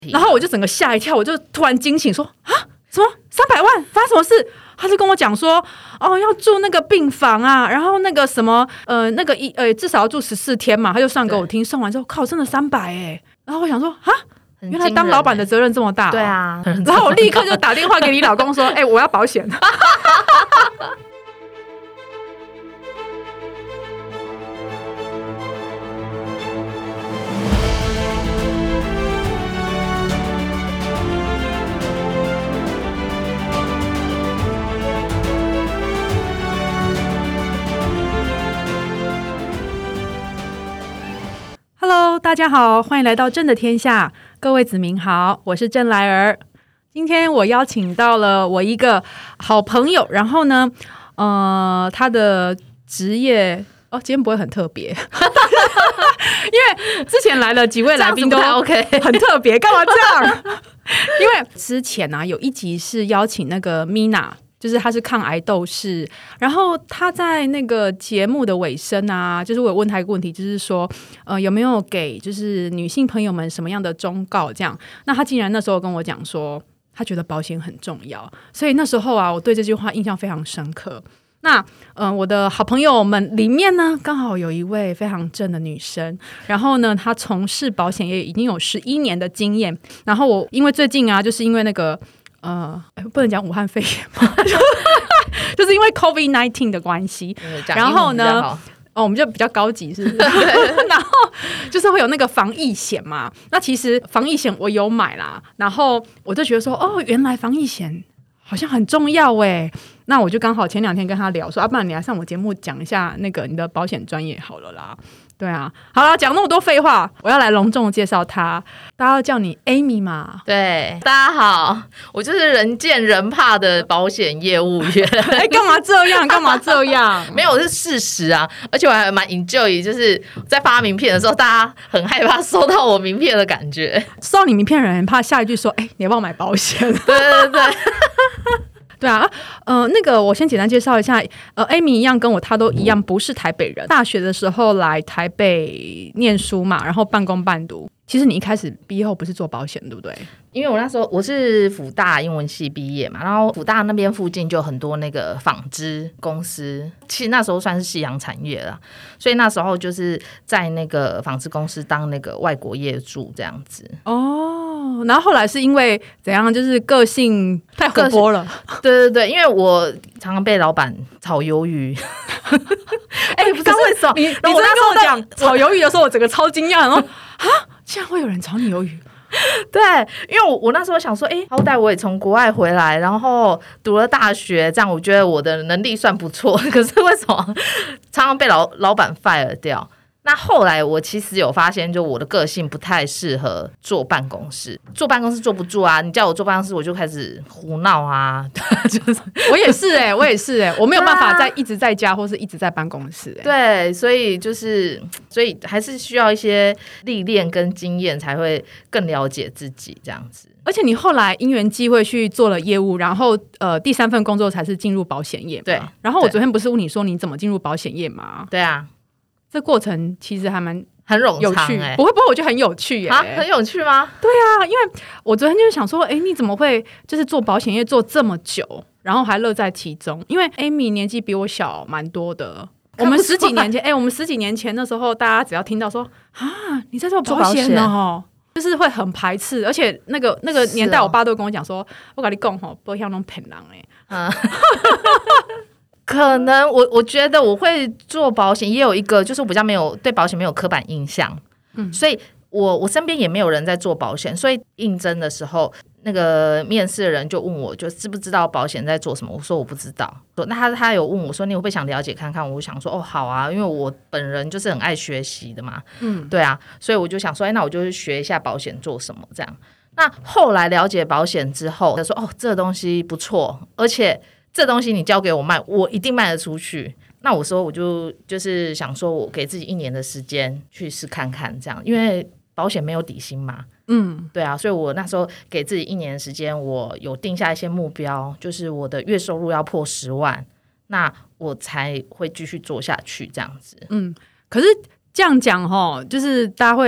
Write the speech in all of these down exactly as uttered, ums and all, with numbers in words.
然后我就整个吓一跳，我就突然惊醒说啊，什么三百万发生什么事？他就跟我讲说，哦，要住那个病房啊，然后那个什么，呃，那个一呃，至少要住十四天嘛。他就算给我听，送完之后，靠，真的三百哎。然后我想说，哈，原来当老板的责任这么大、哦。 对啊。 然后我立刻就打电话给你老公说，哎、欸，我要保险。Hello， 大家好，欢迎来到朕的天下，各位子民好，我是郑来儿。今天我邀请到了我一个好朋友，然后呢，呃，他的职业哦，今天不会很特别，因为之前来了几位来宾都 OK， 很特别，干嘛这样？因为之前啊有一集是邀请那个 Mina。就是他是抗癌斗士，然后他在那个节目的尾声啊，就是我有问他一个问题，就是说，呃，有没有给就是女性朋友们什么样的忠告？这样，那他竟然那时候跟我讲说，他觉得保险很重要，所以那时候啊，我对这句话印象非常深刻。那嗯、呃，我的好朋友们里面呢，刚好有一位非常正的女生，然后呢，她从事保险业已经有十一年的经验。然后我因为最近啊，就是因为那个。呃，不能讲武汉肺炎嘛，就是因为 COVID 十九 的关系，然后呢，哦，我们就比较高级，是不是？然后就是会有那个防疫险嘛。那其实防疫险我有买啦，然后我就觉得说，哦，原来防疫险好像很重要哎。那我就刚好前两天跟他聊说，啊，不然你来上我节目讲一下那个你的保险专业好了啦。对啊，好了，讲那么多废话，我要来隆重介绍她。大家要叫你 Amy 嘛？ 对，大家好，我就是人见人怕的保险业务员。 哎，干嘛这样？干嘛这样？ 没有，是事实啊。而且我还蛮 enjoy， 就是在发名片的时候，大家很害怕收到我名片的感觉。 收到你名片的人很怕下一句说：“哎、欸，你要不要买保险？” 对对对。 对啊，呃，那个我先简单介绍一下，呃 ，Amy 一样跟我，她都一样，不是台北人。大学的时候来台北念书嘛，然后半工半读。其实你一开始毕业后不是做保险，对不对？ 因为我那时候我是辅大英文系毕业嘛，然后辅大那边附近就有很多那个纺织公司，其实那时候算是夕阳产业了，所以那时候就是在那个纺织公司当那个外国业主这样子。 哦，然后后来是因为怎样？就是个性太活泼了。 对对对，因为我常常被老板炒鱿鱼。 哎、欸，不知道为什么你你真的跟我讲炒鱿鱼的时候，我整个超惊讶，然后啊，竟然会有人炒你鱿鱼。 对，因为我我那时候想说，哎、欸，好歹我也从国外回来，然后读了大学，这样我觉得我的能力算不错。可是为什么常常被老老板 fire 掉？那后来我其实有发现，就我的个性不太适合坐办公室，坐办公室坐不住啊！你叫我坐办公室，我就开始胡闹啊，就是我也是哎、欸，我也是哎、欸，我没有办法在一直在家或是一直在办公室哎、 欸。对，所以就是所以还是需要一些历练跟经验，才会更了解自己这样子。 而且你后来因缘际会去做了业务，然后呃第三份工作才是进入保险业嘛。 对。 然后我昨天不是问你说你怎么进入保险业吗？ 对啊。 这过程其实还蛮很有趣， 欸、 不会不会，我觉得很有趣耶、欸啊，很有趣吗？ 对啊，因为我昨天就是想说，哎，你怎么会就是做保险业做这么久，然后还乐在其中？因为 Amy 年纪比我小蛮多的，我们十几年前，哎，我们十几年前的时候，大家只要听到说啊，你在做保险哦，就是会很排斥，而且那个那个年代，我爸都跟我讲说，我跟你讲吼，不像那种骗人哎，嗯。 可能我我觉得我会做保险，也有一个就是我比较没有对保险没有刻板印象，嗯，所以我我身边也没有人在做保险，所以应征的时候，那个面试的人就问我，就知不知道保险在做什么？我说我不知道。那他他有问我说你会不会想了解看看？我想说哦好啊，因为我本人就是很爱学习的嘛，嗯，对啊，所以我就想说，哎，那我就学一下保险做什么这样。那后来了解保险之后，他说哦这个东西不错，而且。这东西你交给我卖，我一定卖得出去。那我说我就就是想说，我给自己一年的时间去试看看，这样，因为保险没有底薪嘛，嗯，对啊，所以我那时候给自己一年的时间，我有定下一些目标，就是我的月收入要破十万，那我才会继续做下去这样子。 嗯，可是这样讲齁，就是大家会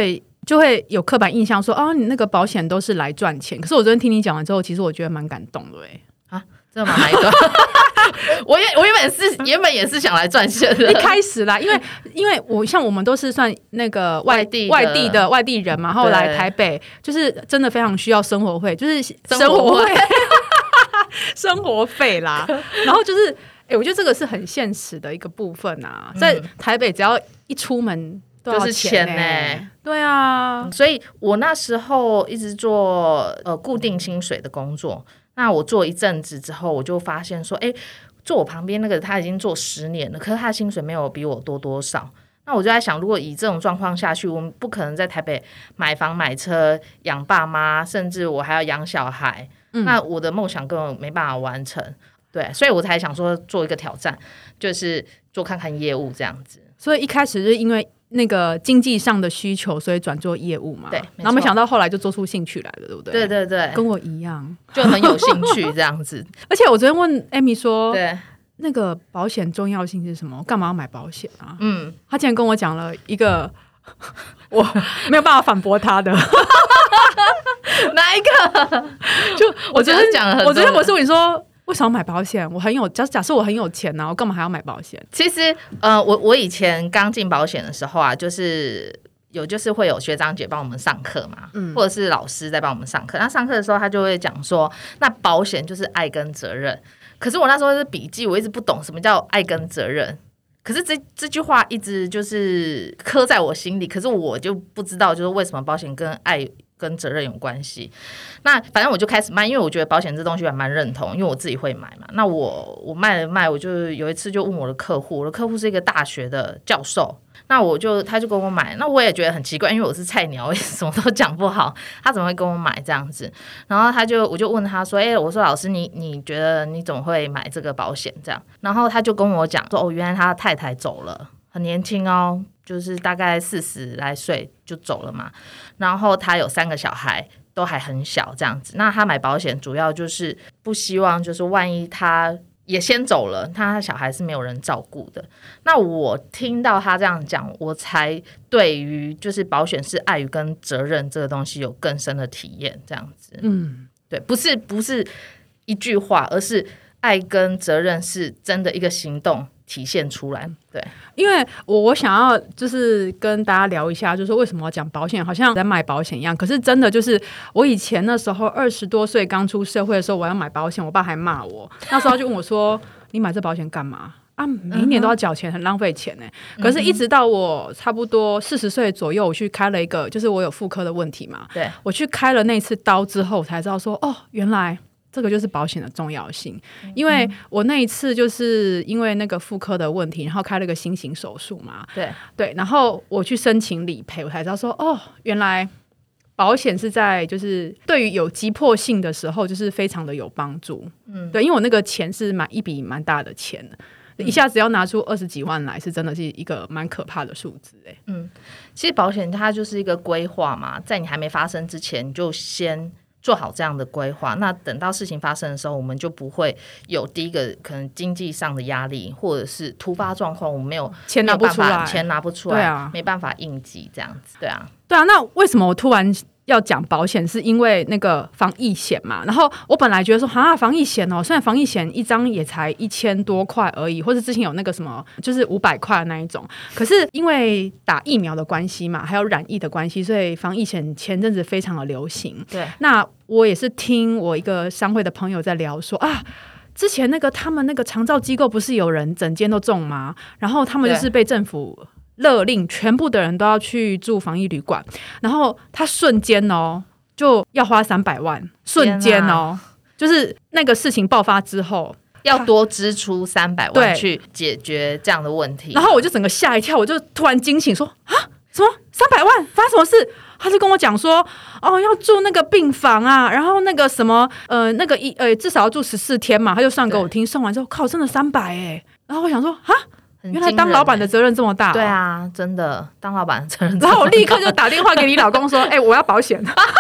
就会有刻板印象说，哦，你那个保险都是来赚钱。可是我昨天听你讲完之后，其实我觉得蛮感动的哎、 欸。啊，真的吗？哪一段？我也我原本是原本也是想来赚钱的， 一开始啦，因为因为我像我们都是算那个外外地外地的外地人嘛，然后来台北，就是真的非常需要生活费，就是生活费。生活费啦，然后就是，哎、欸，我觉得这个是很现实的一个部分啊，在台北只要一出门都要钱呢、欸，就是、对啊、 嗯，所以我那时候一直做呃固定薪水的工作，那我做一阵子之后，我就发现说，哎、欸，坐我旁边那个他已经做十年了，可是他的薪水没有比我多多少。那我就在想，如果以这种状况下去，我们不可能在台北买房买车养爸妈，甚至我还要养小孩。嗯、那我的梦想根本没办法完成，对，所以我才想说做一个挑战，就是做看看业务这样子。 所以一开始是因为那个经济上的需求，所以转做业务嘛， 对， 然后没想到后来就做出兴趣来了，对不对？ 对对对， 跟我一样， 就很有兴趣这样子。 而且我昨天问 Amy 说， 对， 那个保险重要性是什么？我干嘛要买保险啊？ 嗯， 他竟然跟我讲了一个我没有办法反驳他的。 哪一个？ 就我昨天讲了很多， 我昨天我是问你说为什么买保险？我很有假假设我很有钱啊，我干嘛还要买保险？ 其实呃，我我以前刚进保险的时候啊，就是有就是会有学长姐帮我们上课嘛、嗯，或者是老师在帮我们上课。那上课的时候他就会讲说，那保险就是爱跟责任。可是我那时候是笔记，我一直不懂什么叫爱跟责任。可是这这句话一直就是刻在我心里，可是我就不知道就是为什么保险跟爱跟责任有关系。那反正我就开始卖，因为我觉得保险这东西我还蛮认同，因为我自己会买嘛。那我我卖了卖，我就有一次就问我的客户，我的客户是一个大学的教授，那我就他就跟我买，那我也觉得很奇怪，因为我是菜鸟，我也什么都讲不好，他怎么会跟我买这样子？然后他就我就问他说，哎、欸，我说老师你你觉得你怎么会买这个保险这样？然后他就跟我讲说，哦，原来他的太太走了，很年轻哦，就是大概四十来岁就走了嘛，然后他有三个小孩都还很小这样子，那他买保险主要就是不希望就是万一他也先走了，他小孩是没有人照顾的。那我听到他这样讲，我才对于就是保险是爱与跟责任这个东西有更深的体验这样子。嗯，对，不是不是一句话，而是爱跟责任是真的一个行动体现出来。对， 因为我我想要就是跟大家聊一下，就是为什么要讲保险，好像在卖保险一样。可是真的就是我以前那时候二十多岁刚出社会的时候，我要买保险，我爸还骂我。那时候就问我说：“你买这保险干嘛？啊，每一年都要缴钱，很浪费钱呢、欸。”可是，一直到我差不多四十岁左右，我去开了一个，就是我有妇科的问题嘛。 对， 我去开了那次刀之后，我才知道说，哦，原来这个就是保险的重要性。因为我那一次就是因为那个妇科的问题，然后开了个新型手术嘛。 对对，然后我去申请理赔，我才知道说，哦，原来保险是在就是对于有急迫性的时候，就是非常的有帮助。嗯，对，因为我那个钱是蛮一笔蛮大的钱的。一下子要拿出二十几万来，是真的是一个蛮可怕的数字哎。 嗯，其实保险它就是一个规划嘛，在你还没发生之前，你就先做好这样的规划。那等到事情发生的时候，我们就不会有第一个可能经济上的压力，或者是突发状况，我们没有钱拿不出来， 钱拿不出来，对啊，没办法应急这样子。对啊， 对啊。那为什么我突然要讲保险，是因为那个防疫险嘛。然后我本来觉得说啊，防疫险哦，虽然防疫险一张也才一千多块而已，或者之前有那个什么就是五百块的那一种，可是因为打疫苗的关系嘛，还有染疫的关系，所以防疫险前阵子非常的流行。 对， 那我也是听我一个商会的朋友在聊说啊，之前那个他们那个长照机构不是有人整间都中吗？然后他们就是被政府勒令全部的人都要去住防疫旅馆，然后他瞬间哦就要花三百万，瞬间哦，就是那个事情爆发之后要多支出三百万去解决这样的问题。 然后我就整个吓一跳，我就突然惊醒说啊，什么三百万发生什么事？他就跟我讲说哦，要住那个病房啊，然后那个什么呃那个一呃至少要住十四天嘛，他就算给我听，算完之后靠真的三百哎，然后我想说啊。原来当老板的责任这么大、哦、 对啊，真的当老板的责任这么大。 然后我立刻就打电话给你老公说哎、欸，我要保险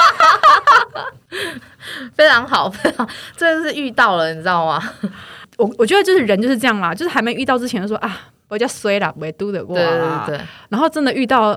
非常好非常好，真的是遇到了你知道吗？ 我我觉得就是人就是这样啦，就是还没遇到之前就说啊我叫衰啦，没嘟得过啦， 对对对， 然后真的遇到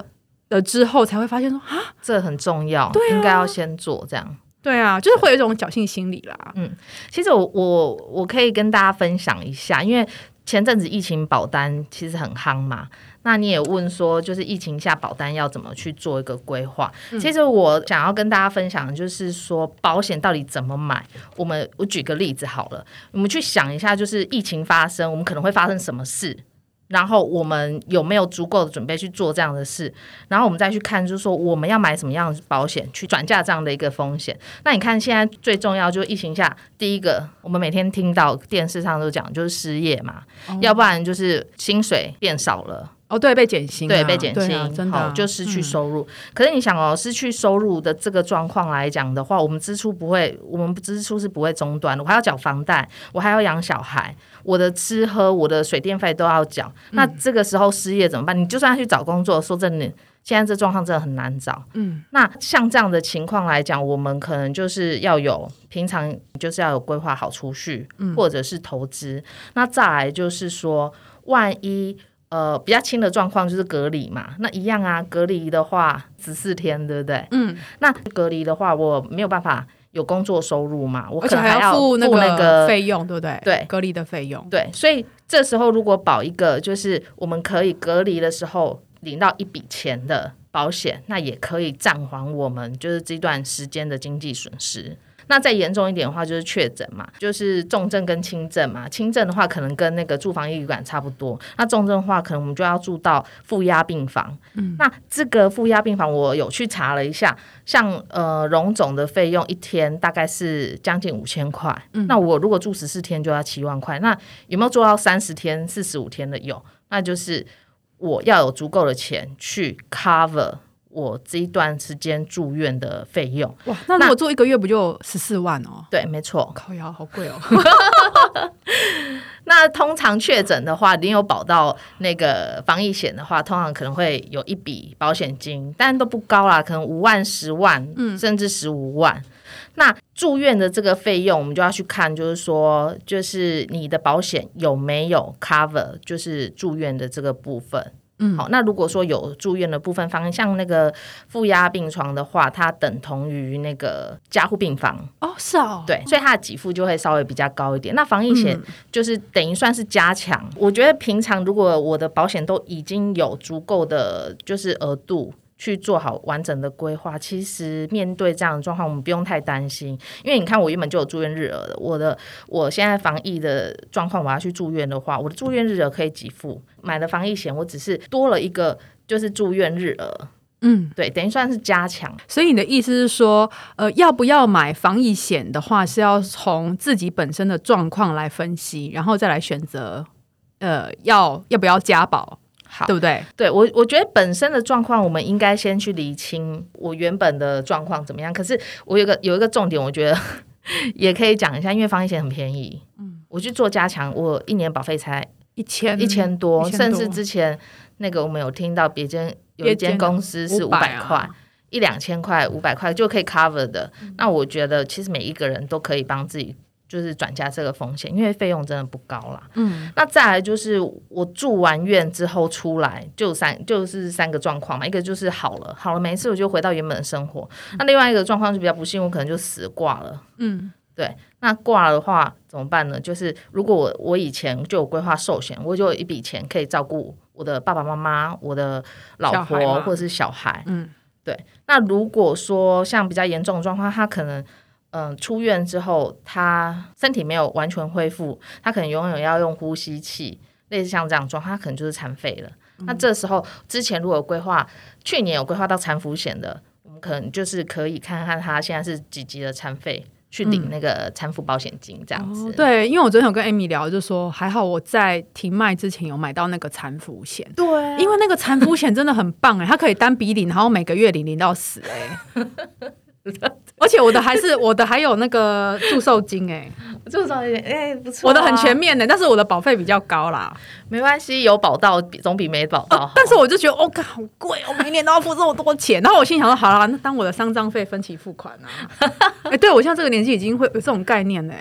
了之后才会发现说啊， 这很重要， 对啊， 应该要先做这样。 对啊，就是会有一种侥幸心理啦。 嗯，其实我我我可以跟大家分享一下，因为前阵子疫情保单其实很夯嘛，那你也问说就是疫情下保单要怎么去做一个规划、嗯、其实我想要跟大家分享的就是说保险到底怎么买。我们我举个例子好了，我们去想一下，就是疫情发生我们可能会发生什么事，然后我们有没有足够的准备去做这样的事，然后我们再去看就是说我们要买什么样的保险去转嫁这样的一个风险。那你看现在最重要就是疫情下，第一个我们每天听到电视上都讲就是失业嘛、哦、要不然就是薪水变少了， 哦，对，被减薪、啊， 对，被减薪、 啊，真的、啊、 就失去收入、嗯。可是你想哦，失去收入的这个状况来讲的话，我们支出不会，我们支出是不会中断的。我还要缴房贷，我还要养小孩，我的吃喝、我的水电费都要缴。嗯、那这个时候失业怎么办？你就算要去找工作，说真的，现在这状况真的很难找。嗯，那像这样的情况来讲，我们可能就是要有平常就是要有规划好储蓄、嗯，或者是投资。那再来就是说，万一呃，比较轻的状况就是隔离嘛，那一样啊，隔离的话十四天，对不对？嗯，那隔离的话，我没有办法有工作收入嘛，我可能还要付那个费用，对不对？ 对， 隔离的费用， 对，所以这时候如果保一个，就是我们可以隔离的时候领到一笔钱的保险，那也可以暂缓我们就是这段时间的经济损失。那再严重一点的话就是确诊嘛，就是重症跟轻症嘛，轻症的话可能跟那个住防疫旅馆差不多，那重症的话可能我们就要住到负压病房、嗯、那这个负压病房我有去查了一下，像呃荣总的费用一天大概是将近五千块、嗯、那我如果住十四天就要七万块，那有没有做到三十天四十五天的？有，那就是我要有足够的钱去 cover我这一段时间住院的费用。 哇，那如果做一个月不就十四万哦？ 对，没错。 靠腰好贵哦。 那通常确诊的话，你有保到那个防疫险的话，通常可能会有一笔保险金，但都不高啦，可能五万、十万、嗯、甚至十五万。那住院的这个费用，我们就要去看，就是说，就是你的保险有没有 cover， 就是住院的这个部分。嗯，好，那如果说有住院的部分方，像那个负压病床的话，它等同于那个加护病房哦，是哦， 对，所以它的给付就会稍微比较高一点。那防疫险就是等于算是加强、嗯、我觉得平常如果我的保险都已经有足够的就是额度去做好完整的规划，其实面对这样的状况我们不用太担心。因为你看我原本就有住院日额的，我的我现在防疫的状况我要去住院的话，我的住院日额可以给付，买的防疫险我只是多了一个就是住院日额，嗯，对，等于算是加强。 所以你的意思是说呃，要不要买防疫险的话是要从自己本身的状况来分析，然后再来选择呃，要要不要加保，对不对？ 对，我我觉得本身的状况我们应该先去厘清我原本的状况怎么样。可是我有一个有一个重点，我觉得也可以讲一下，因为防疫险很便宜，嗯，我去做加强，我一年保费才一千一千多，甚至之前那个我们有听到别间有一间公司是五百块、啊、一两千块五百块就可以 cover 的、嗯、那我觉得其实每一个人都可以帮自己就是转嫁这个风险，因为费用真的不高啦。嗯，那再来就是我住完院之后出来就三就是三个状况嘛，一个就是好了好了没事我就回到原本的生活、嗯、那另外一个状况就比较不幸，我可能就死挂了。嗯，对，那挂了的话怎么办呢？就是如果我我以前就有规划寿险，我就有一笔钱可以照顾我的爸爸妈妈、我的老婆或者是小孩。嗯，对。那如果说像比较严重的状况，他可能嗯，出院之后他身体没有完全恢复，他可能永远要用呼吸器，类似像这样的状况他可能就是残废了、嗯、那这时候之前如果有规划，去年有规划到残扶险的，我们可能就是可以看看他现在是几级的残废，去领那个残扶保险金这样子、 嗯哦、对，因为我昨天有跟 Amy 聊，就说还好我在停卖之前有买到那个残扶险。 对、啊， 因为那个残扶险真的很棒哎，它可以单笔领，然后每个月领领到死哎而且我的还是我的还有那个祝寿金哎、 欸，祝寿金哎不错、啊， 我的很全面的、欸，但是我的保费比较高啦。 没关系，有保到总比没保到好、呃。 但是我就觉得哦，God, 好贵哦，每年都要付这么多钱。然后我心想说，好啦，那当我的丧葬费分期付款啊。哎、欸，对我现在这个年纪已经会有这种概念嘞、欸。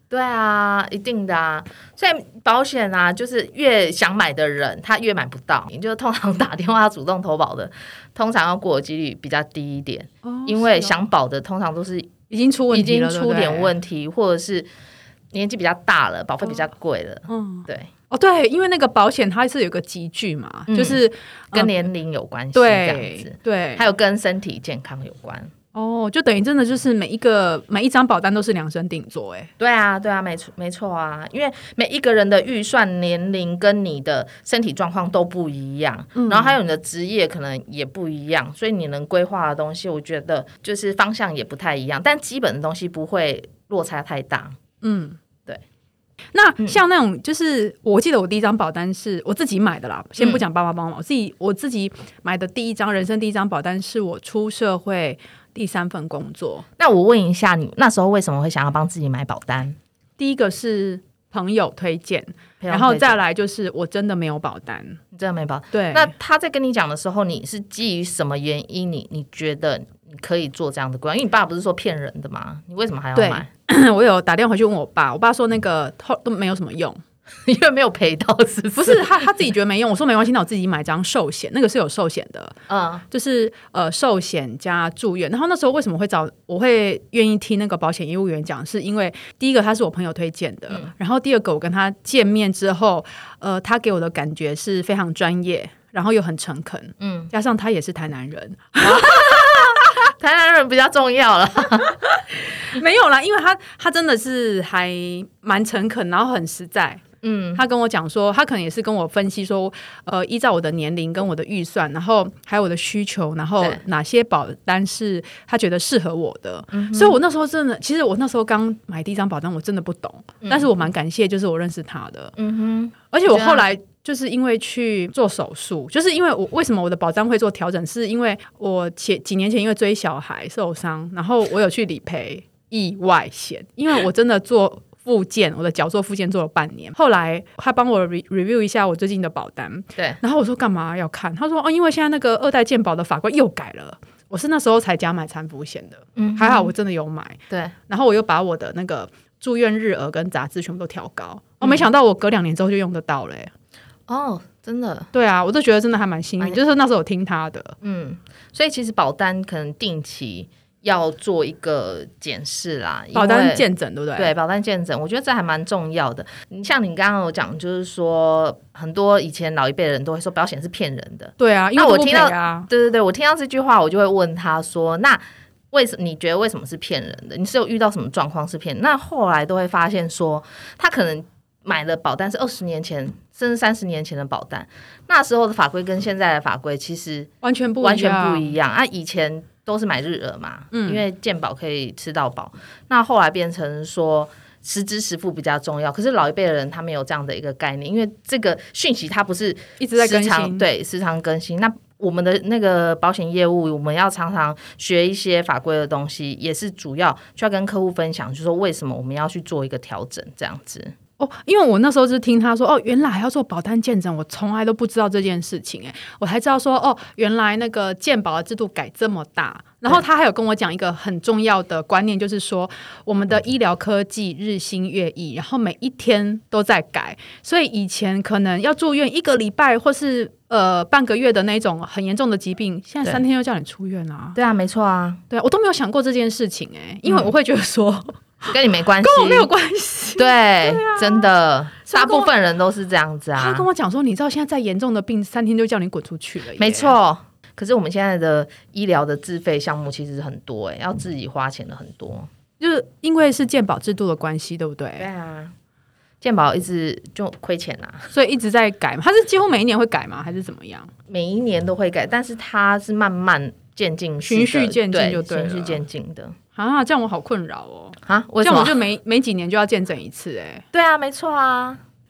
对啊，一定的啊。所以保险啊，就是越想买的人，他越买不到。你就通常打电话主动投保的，通常要过的几率比较低一点，哦、因为想保的通常都是已经出问题了， 已经出点问题，或者是年纪比较大了，保费比较贵了。嗯，对。 哦，对，因为那个保险它是有个集聚嘛，嗯、就是跟年龄有关系，这样子。 对， 还有跟身体健康有关。 哦，就等于真的就是每一个每一张保单都是量身定做，哎， 对啊，对啊，没错，没错啊，因为每一个人的预算、年龄跟你的身体状况都不一样，嗯、然后还有你的职业可能也不一样，所以你能规划的东西，我觉得就是方向也不太一样，但基本的东西不会落差太大。嗯，对。 那像那种，就是我记得我第一张保单是我自己买的啦，先不讲爸妈帮忙，我自己我自己买的第一张人生第一张保单是我出社会第三份工作。 那我问一下，你那时候为什么会想要帮自己买保单？ 第一个是朋友推荐，然后再来就是我真的没有保单， 你真的没保。 对。 那他在跟你讲的时候，你是基于什么原因？你你觉得你可以做这样的规划？因为你爸不是说骗人的吗？你为什么还要买？ 我有打电话回去问我爸，我爸说那个都没有什么用。 因为没有赔到，是不是？ 不是他他自己觉得没用，我说没关系，那我自己买张寿险，那个是有寿险的，嗯，就是呃寿险加住院。然后那时候为什么会找我会愿意听那个保险业务员讲，是因为第一个他是我朋友推荐的，嗯、然后第二个我跟他见面之后，呃，他给我的感觉是非常专业，然后又很诚恳，嗯，加上他也是台南人。 台南人比较重要了。 没有啦，因为他他真的是还蛮诚恳，然后很实在。嗯，他跟我讲说，他可能也是跟我分析说，呃，依照我的年龄跟我的预算，然后还有我的需求，然后哪些保单是他觉得适合我的。嗯、所以我那时候真的，其实我那时候刚买第一张保单，我真的不懂，嗯、但是我蛮感谢，就是我认识他的。嗯哼，而且我后来就是因为去做手术，就是因为我为什么我的保单会做调整，是因为我前几年前因为追小孩受伤，然后我有去理赔意外险，因为我真的做复健，我的脚做复健做了半年，后来他帮我 re- review 一下我最近的保单，对，然后我说干嘛要看？他说哦，因为现在那个二代健保的法规又改了，我是那时候才加买残服险的，嗯，还好我真的有买，对，然后我又把我的那个住院日额跟杂志全部都调高，我、嗯哦、没想到我隔两年之后就用得到了、欸， 哦，真的， 对啊，我就觉得真的还蛮幸运，就是那时候我听他的， 嗯，所以其实保单可能定期要做一个检视啦， 保单健诊对不对？ 对，保单健诊，我觉得这还蛮重要的。你像你刚刚有讲，就是说很多以前老一辈的人都会说保险是骗人的， 对啊，因为我听到， 啊、 对对对，我听到这句话，我就会问他说，那为什么你觉得为什么是骗人的？你是有遇到什么状况是骗人？那后来都会发现说，他可能买的保单是二十年前甚至三十年前的保单，那时候的法规跟现在的法规其实完全不一样， 完全不一样啊！以前都是买日额嘛，嗯、因为健保可以吃到饱。那后来变成说实支实付比较重要，可是老一辈的人他没有这样的一个概念，因为这个讯息它不是一直在更新， 对，时常更新。那我们的那个保险业务，我们要常常学一些法规的东西，也是主要就要跟客户分享，就是说为什么我们要去做一个调整，这样子。 哦，因为我那时候是听他说，哦，原来还要做保单健诊，我从来都不知道这件事情，哎，我才知道说，哦，原来那个健保的制度改这么大。然后他还有跟我讲一个很重要的观念，就是说我们的医疗科技日新月异，然后每一天都在改，所以以前可能要住院一个礼拜或是呃半个月的那种很严重的疾病，现在三天就叫你出院啊。 对啊，没错啊， 对啊，我都没有想过这件事情，哎，因为我会觉得说。嗯跟你没关系， 跟我没有关系。 对，对啊、真的，大部分人都是这样子啊。 他跟我讲说，你知道现在再严重的病，三天就叫你滚出去了。 没错，可是我们现在的医疗的自费项目其实很多、欸，要自己花钱的很多， 就是因为是健保制度的关系，对不对？ 对啊，健保一直就亏钱啊， 所以一直在改嘛。它是几乎每一年会改吗？还是怎么样？ 每一年都会改，但是它是慢慢渐进式的， 循序渐进就对了， 循序渐进的。 啊，这样我好困扰哦！ 啊，为什么？ 这样我就每每几年就要健诊一次、欸，哎， 对啊，没错啊，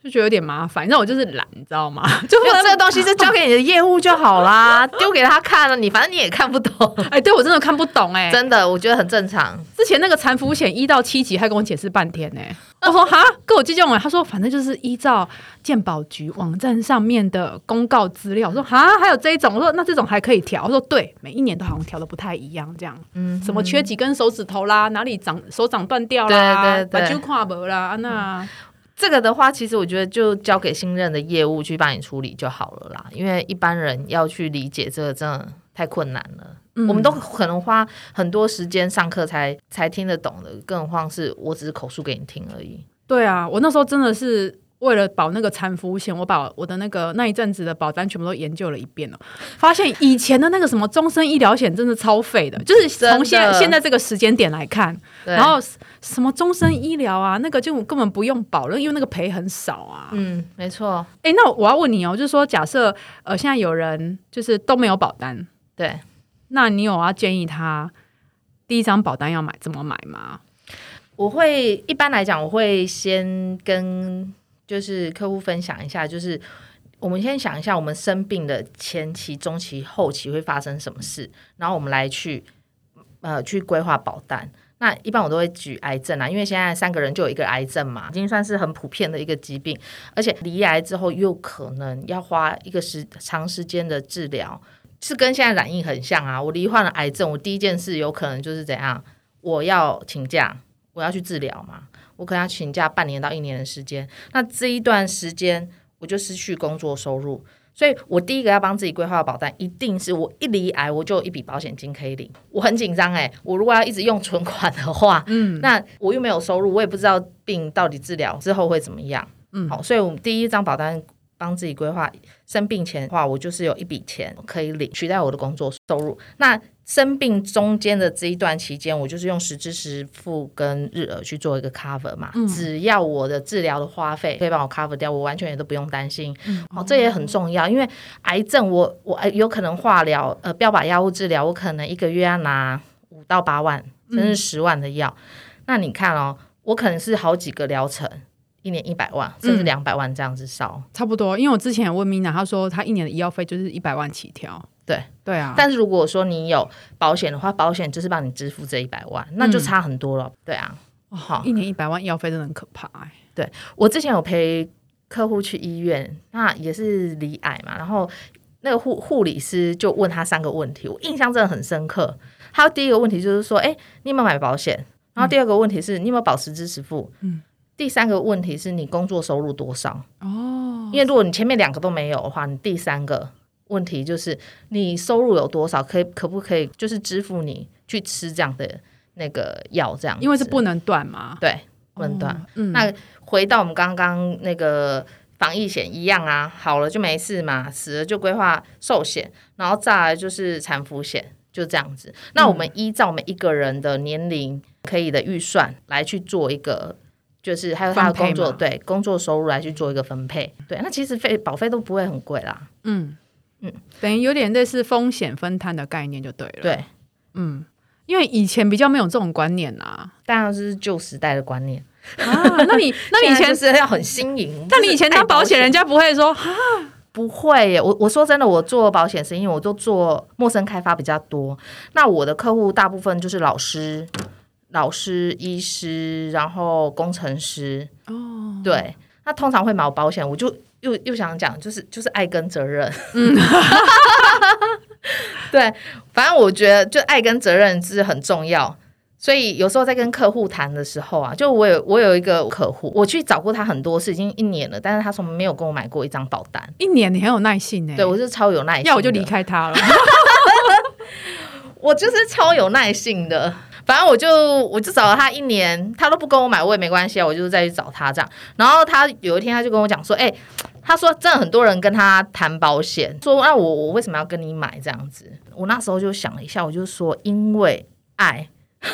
就觉得有点麻烦。那我就是懒，你知道吗？就这个东西就交给你的业务就好啦，丢给他看了，你反正你也看不懂。 哎、欸，对我真的看不懂哎、欸， 真的，我觉得很正常。 之前那个残扶险一到七级还跟我解释半天呢、欸。我说哈，跟我记这种，他说反正就是依照健保局网站上面的公告资料。我说哈，还有这一种，我说那这种还可以调。我说对，每一年都好像调的不太一样，这样，嗯，什么缺几根手指头啦，哪里长手掌断掉啦， 对对对， 把手看没啦，那、嗯、 这个的话，其实我觉得就交给信任的业务去帮你处理就好了啦，因为一般人要去理解这个真的太困难了。嗯、我们都可能花很多时间上课才才听得懂的，更何况是我只是口述给你听而已。 对啊，我那时候真的是为了保那个残扶险，我把我的那个那一阵子的保单全部都研究了一遍了，发现以前的那个什么终身医疗险真的超废的，就是从现在现在这个时间点来看，然后什么终身医疗啊，那个就根本不用保了，因为那个赔很少啊。 嗯，没错。 哎、欸，那我要问你哦，就是说假设呃现在有人就是都没有保单， 对， 那你有要建议他第一张保单要买怎么买吗？ 我会一般来讲，我会先跟就是客户分享一下，就是我们先想一下我们生病的前期、中期、后期会发生什么事，然后我们来去呃去规划保单。那一般我都会举癌症啊，因为现在三个人就有一个癌症嘛，已经算是很普遍的一个疾病，而且罹癌之后又可能要花一个时长时间的治疗，是跟现在染疫很像啊。我罹患了癌症，我第一件事有可能就是怎样，我要请假，我要去治疗嘛，我可能要请假半年到一年的时间，那这一段时间我就失去工作收入，所以我第一个要帮自己规划的保单一定是我一罹癌我就有一笔保险金可以领。我很紧张哎，我如果要一直用存款的话，嗯，那我又没有收入，我也不知道病到底治疗之后会怎么样，嗯，好，所以我们第一张保单帮自己规划，生病前的话我就是有一笔钱可以领，取代我的工作收入。那生病中间的这一段期间，我就是用实支实付跟日额去做一个 cover 嘛、嗯、只要我的治疗的花费可以帮我 cover 掉，我完全也都不用担心、嗯哦、这也很重要，因为癌症我我有可能化疗呃标靶药物治疗，我可能一个月要拿五到八万甚至十万的药、嗯、那你看哦，我可能是好几个疗程，一年一百万甚至两百万这样子烧、嗯、 差不多。因为我之前有问 Mina， 她说她一年的医药费就是一百万起跳。 对对啊， 但是如果说你有保险的话，保险就是帮你支付这一百万，那就差很多了、嗯、对啊、 哦、一年一百万医药费真的很可怕、欸、 对，我之前有陪客户去医院，那也是罹癌嘛，然后那个护护理师就问他三个问题，我印象真的很深刻。他第一个问题就是说，哎，你有没有买保险？然后第二个问题是、嗯、你有没有保实支实付？嗯，第三个问题是你工作收入多少？哦，因为如果你前面两个都没有的话，你第三个问题就是你收入有多少，可以可不可以就是支付你去吃这样的那个药，这样， 因为是不能断嘛。 对，不能断、哦嗯、那回到我们刚刚那个防疫险一样啊，好了就没事嘛，死了就规划寿险，然后再来就是产妇险，就这样子。那我们依照每一个人的年龄可以的预算来去做一个，就是还有他的工作，对，工作收入来去做一个分配。对，那其实费保费都不会很贵啦。嗯嗯，等于有点类似风险分摊的概念就对了。 对， 嗯，因为以前比较没有这种观念啦， 当然是旧时代的观念啊。那你那你以前就是要很新颖， 但你以前当保险人家不会说哈？ 不会耶，我我说真的，我做保险是因为我都做陌生开发比较多，那我的客户大部分就是老师、老师、医师，然后工程师。哦，对，那通常会买保险，我就又又想讲，就是就是爱跟责任。嗯，对，反正我觉得就爱跟责任是很重要。所以有时候在跟客户谈的时候啊，就我有我有一个客户，我去找过他很多次，已经一年了，但是他从没有跟我买过一张保单。 一年，你很有耐心耶。 对，我是超有耐心的， 要我就离开他了。 我就是超有耐性的，反正我就我就找了他一年，他都不跟我买，我也没关系啊，我就再去找他这样。然后他有一天他就跟我讲说，哎、欸，他说真的很多人跟他谈保险，说那我我为什么要跟你买这样子？我那时候就想了一下，我就说因为爱。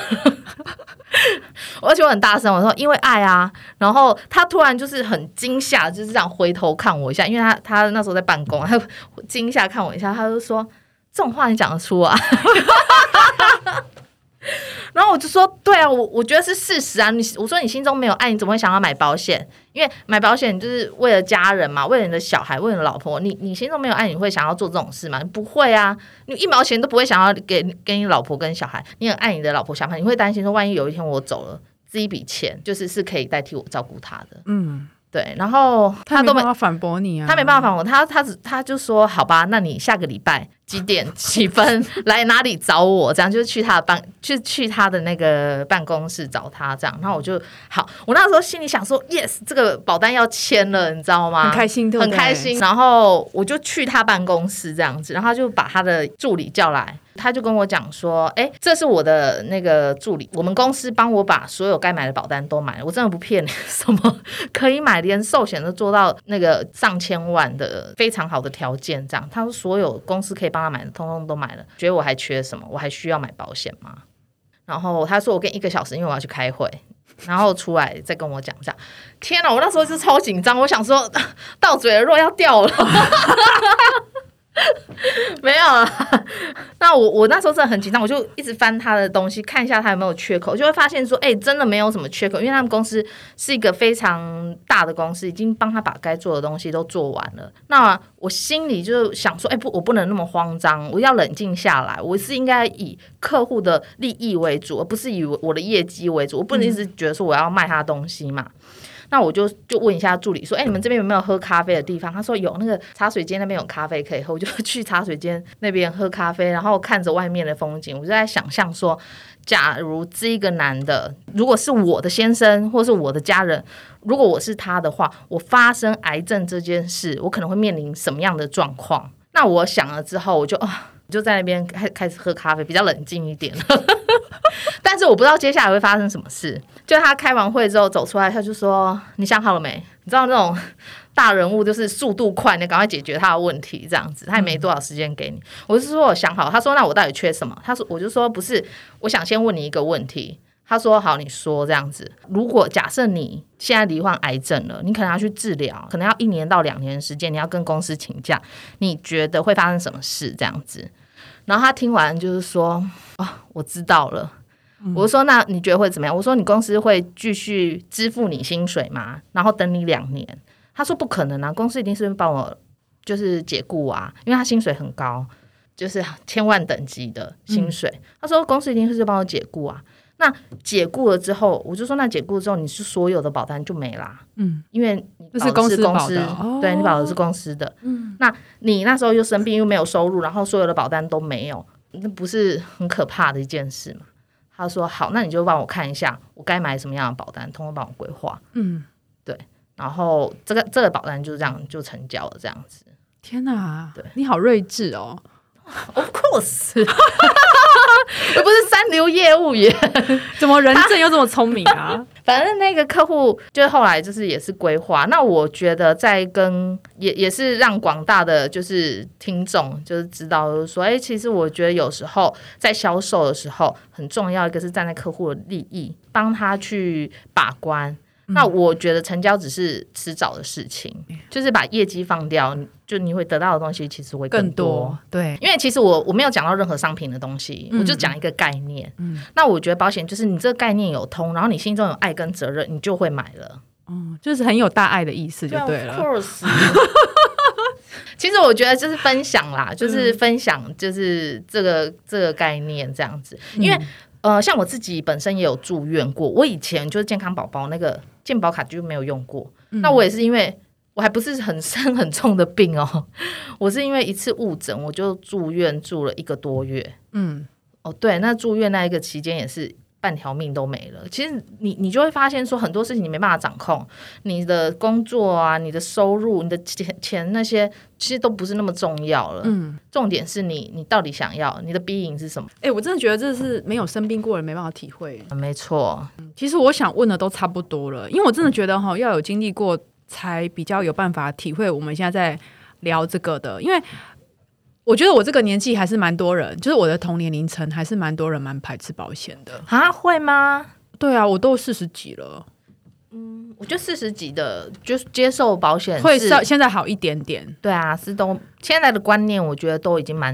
而且我很大声，我说因为爱啊。然后他突然就是很惊吓，就是这样回头看我一下，因为他他那时候在办公，他惊吓看我一下，他就说这种话你讲得出啊？ 然后我就说对啊，我我觉得是事实啊。你我说你心中没有爱，你怎么会想要买保险？因为买保险就是为了家人嘛，为了你的小孩，为了你的老婆。你你心中没有爱，你会想要做这种事吗？你不会啊，你一毛钱都不会想要给给你老婆跟小孩。你很爱你的老婆小孩，你会担心说，万一有一天我走了，这一笔钱就是是可以代替我照顾他的。嗯。对，然后他都没办法反驳你啊， 他没办法反驳他，他只他就说好吧，那你下个礼拜几点几分来哪里找我？这样就是去他的办，去去他的那个办公室找他这样。然后我就好，我那时候心里想说 ，yes， 这个保单要签了，你知道吗？ 很开心，对不对？ 很开心。然后我就去他办公室这样子，然后他就把他的助理叫来。他就跟我讲说，哎，这是我的那个助理，我们公司帮我把所有该买的保单都买了，我真的不骗你，什么可以买，连寿险都做到那个上千万的非常好的条件，这样。他说所有公司可以帮他买的，通通都买了。觉得我还缺什么？我还需要买保险吗？然后他说我跟一个小时，因为我要去开会。然后出来再跟我讲这样。天哪，我那时候是超紧张，我想说到嘴的肉要掉了。没有啊，那我我那时候真的很紧张，我就一直翻他的东西，看一下他有没有缺口，就会发现说，哎、欸，真的没有什么缺口，因为他们公司是一个非常大的公司，已经帮他把该做的东西都做完了。那我心里就想说，哎、欸，不，我不能那么慌张，我要冷静下来，我是应该以客户的利益为主，而不是以我的业绩为主，我不能一直觉得说我要卖他的东西嘛。那我就就问一下助理说，哎、欸，你们这边有没有喝咖啡的地方？他说有，那个茶水间那边有咖啡可以喝。我就去茶水间那边喝咖啡，然后看着外面的风景。我就在想象说，假如这一个男的，如果是我的先生或是我的家人，如果我是他的话，我发生癌症这件事，我可能会面临什么样的状况？那我想了之后，我就啊。就在那边开开始喝咖啡，比较冷静一点。但是我不知道接下来会发生什么事。就他开完会之后走出来，他就说：“你想好了没？”你知道那种大人物就是速度快，你赶快解决他的问题，这样子他也没多少时间给你。我是说我想好，他说那我到底缺什么？他说我就说不是，我想先问你一个问题。他说好，你说这样子。如果假设你现在罹患癌症了，你可能要去治疗，可能要一年到两年的时间，你要跟公司请假，你觉得会发生什么事？这样子。然后他听完就是说，哦，我知道了。嗯、我就说那你觉得会怎么样？我说你公司会继续支付你薪水吗？然后等你两年。他说不可能啊，公司一定是会帮我就是解雇啊，因为他薪水很高，就是千万等级的薪水。嗯、他说公司一定是帮我解雇啊。那解雇了之后，我就说那解雇之后，你是所有的保单就没啦，嗯，因为你保的是公司，公司哦、对，你保的是公司的，嗯，那你那时候又生病又没有收入，然后所有的保单都没有，那不是很可怕的一件事吗？他说好，那你就帮我看一下，我该买什么样的保单，通通帮我规划，嗯，对，然后这个这个保单就这样就成交了，这样子。 天哪，对，你好睿智哦。 Of course， 又不是三流业务员， 怎么人证又这么聪明啊？ 反正那个客户就后来就是也是规划。那我觉得在跟也也是让广大的就是听众就是知道，就是说，哎，其实我觉得有时候在销售的时候很重要，一个是站在客户的利益，帮他去把关。那我觉得成交只是迟早的事情，嗯、就是把业绩放掉，就你会得到的东西其实会更多。更多对，因为其实我我没有讲到任何商品的东西，嗯、我就讲一个概念。嗯，那我觉得保险就是你这个概念有通，然后你心中有爱跟责任，你就会买了。 嗯，就是很有大爱的意思就对了。 Of course 其实我觉得就是分享啦，就是分享就是这个、嗯、这个概念这样子，因为。呃，像我自己本身也有住院过，我以前就是健康宝宝那个健保卡就没有用过。嗯、那我也是因为我还不是很深很重的病哦，我是因为一次误诊我就住院住了一个多月。嗯，哦对，那住院那一个期间也是半条命都没了。其实你你就会发现说很多事情你没办法掌控，你的工作啊，你的收入，你的钱钱那些其实都不是那么重要了。嗯，重点是你你到底想要你的逼赢是什么？ 哎、欸，我真的觉得这是没有生病过的人没办法体会。 没错、 嗯，其实我想问的都差不多了，因为我真的觉得哈，要有经历过才比较有办法体会我们现在在聊这个的，因为。我觉得我这个年纪还是蛮多人，就是我的同年龄层还是蛮多人蛮排斥保险的啊？会吗？ 对啊，我都四十几了。 嗯，我觉得四十几的就接受保险会现在好一点点。 对啊，是都现在的观念，我觉得都已经蛮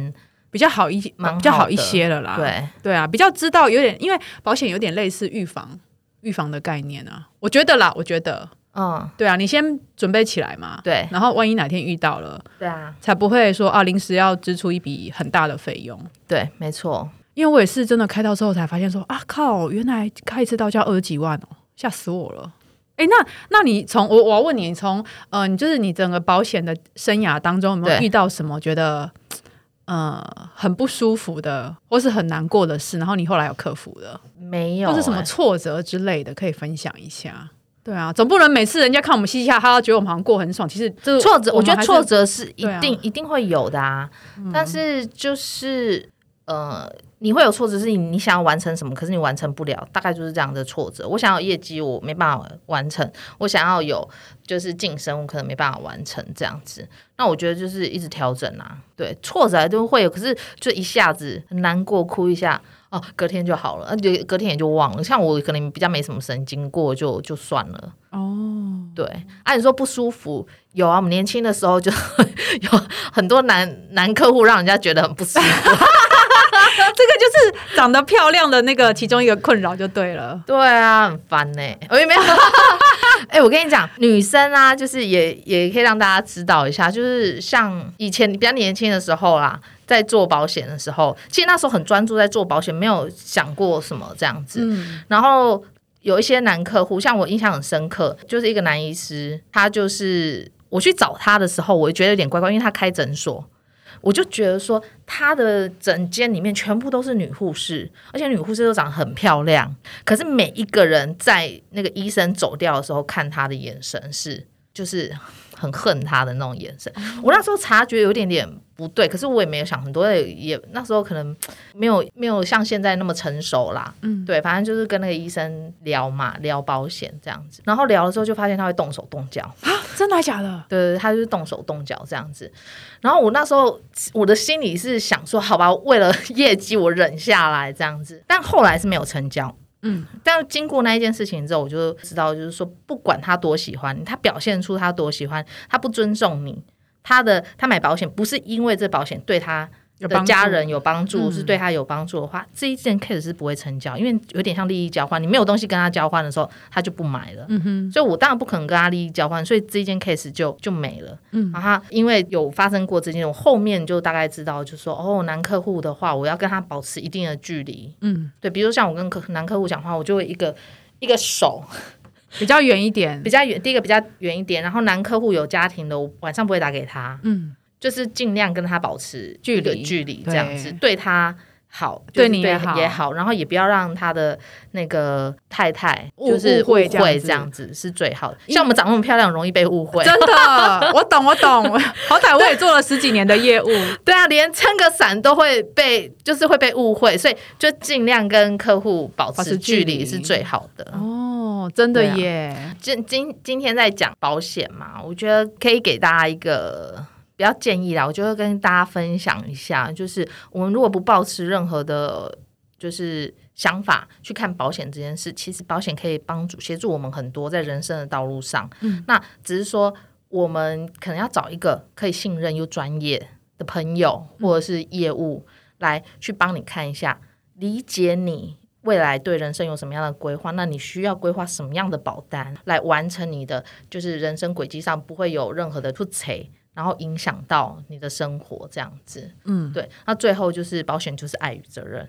比较好一蛮好比较好一些了啦。 对对啊，比较知道有点，因为保险有点类似预防预防的概念啊，我觉得啦，我觉得。嗯，对啊，你先准备起来嘛， 对， 然后万一哪天遇到了， 对啊， 才不会说啊临时要支出一笔很大的费用。 对，没错， 因为我也是真的开刀之后才发现说啊靠，原来开一次刀就要二十几万哦，吓死我了。哎，那那你从我我要问你，你从呃，你就是你整个保险的生涯当中有没有遇到什么觉得呃很不舒服的，或是很难过的事，然后你后来有克服的？ 没有、欸， 或是什么挫折之类的，可以分享一下。对啊，总不能每次人家看我们嘻嘻哈哈，觉得我们好像过很爽。其实这挫折，我觉得挫折是一定、啊、 一定会有的啊。嗯、但是就是呃，你会有挫折，是你你想要完成什么，可是你完成不了，大概就是这样的挫折。我想要业绩，我没办法完成；我想要有就是晋升，我可能没办法完成这样子。那我觉得就是一直调整啊，对，挫折都会有，可是就一下子很难过，哭一下。哦，隔天就好了，就隔天也就忘了。像我可能比较没什么神经过，就就算了。哦，对，啊，你说不舒服，有啊，我们年轻的时候就有很多男男客户让人家觉得很不舒服。 这个就是长得漂亮的那个其中一个困扰就对了。 对啊，很烦呢、欸。我也没有。哎、欸，我跟你讲，女生啊，就是也也可以让大家知道一下，就是像以前比较年轻的时候啦，在做保险的时候，其实那时候很专注在做保险，没有想过什么这样子。嗯、然后有一些男客户，像我印象很深刻，就是一个男医师，他就是我去找他的时候，我觉得有点怪怪，因为他开诊所。我就觉得说他的诊间里面全部都是女护士，而且女护士都长得很漂亮，可是每一个人在那个医生走掉的时候看他的眼神是就是很恨他的那种眼神。我那时候察觉有点点不对，可是我也没有想很多，也那时候可能没有没有像现在那么成熟啦。嗯，对，反正就是跟那个医生聊嘛，聊保险这样子，然后聊了之后就发现他会动手动脚啊， 真的假的？ 对，他就是动手动脚这样子。然后我那时候我的心里是想说，好吧，为了业绩我忍下来这样子，但后来是没有成交。嗯，但经过那一件事情之后，我就知道，就是说，不管他多喜欢你，他表现出他多喜欢，他不尊重你，他的他买保险不是因为这保险对他的家人有帮助，嗯、是对他有帮助的话，这一件 case 是不会成交，因为有点像利益交换，你没有东西跟他交换的时候，他就不买了。嗯哼，所以我当然不可能跟他利益交换，所以这一件 case 就就没了。嗯，然后他因为有发生过这件，我后面就大概知道，就说哦，男客户的话，我要跟他保持一定的距离。嗯，对，比如说像我跟客男客户讲话，我就会一个一个手。 比较远一点， 比较远，第一个比较远一点，然后男客户有家庭的，我晚上不会打给他。嗯。就是尽量跟他保持距离，距离这样子，对他好， 对你也好， 也好，然后也不要让他的那个太太就是误会这样子是最好的。像我们长那么漂亮，容易被误会。 真的，我懂，我懂。好歹我也做了十几年的业务， 对啊，连撑个伞都会被，就是会被误会，所以就尽量跟客户保持距离是最好的。 哦，真的耶！ 今今今天在讲保险嘛，我觉得可以给大家一个。比较建议啦，我就会跟大家分享一下，就是我们如果不抱持任何的，就是想法去看保险这件事，其实保险可以帮助协助我们很多在人生的道路上。嗯，那只是说我们可能要找一个可以信任又专业的朋友或者是业务来去帮你看一下，理解你未来对人生有什么样的规划，那你需要规划什么样的保单来完成你的就是人生轨迹上不会有任何的出错，然后影响到你的生活这样子。嗯，对，那最后就是保险就是爱与责任。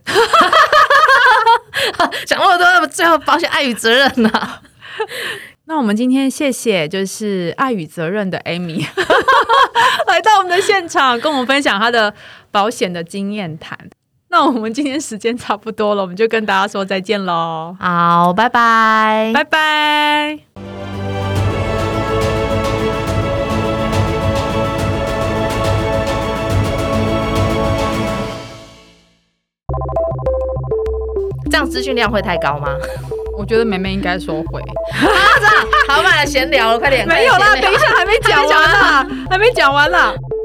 讲那么多，最后保险爱与责任啊。 那我们今天谢谢就是爱与责任的 Amy 来到我们的现场跟我们分享她的保险的经验谈。那我们今天时间差不多了，我们就跟大家说再见咯。 好，拜拜， 拜拜。 这样资讯量会太高吗？ 我觉得妹妹应该说会。 啊，这样好，我们来闲聊了，快点。 没有啦，等一下还没讲完啦，还没讲完啦。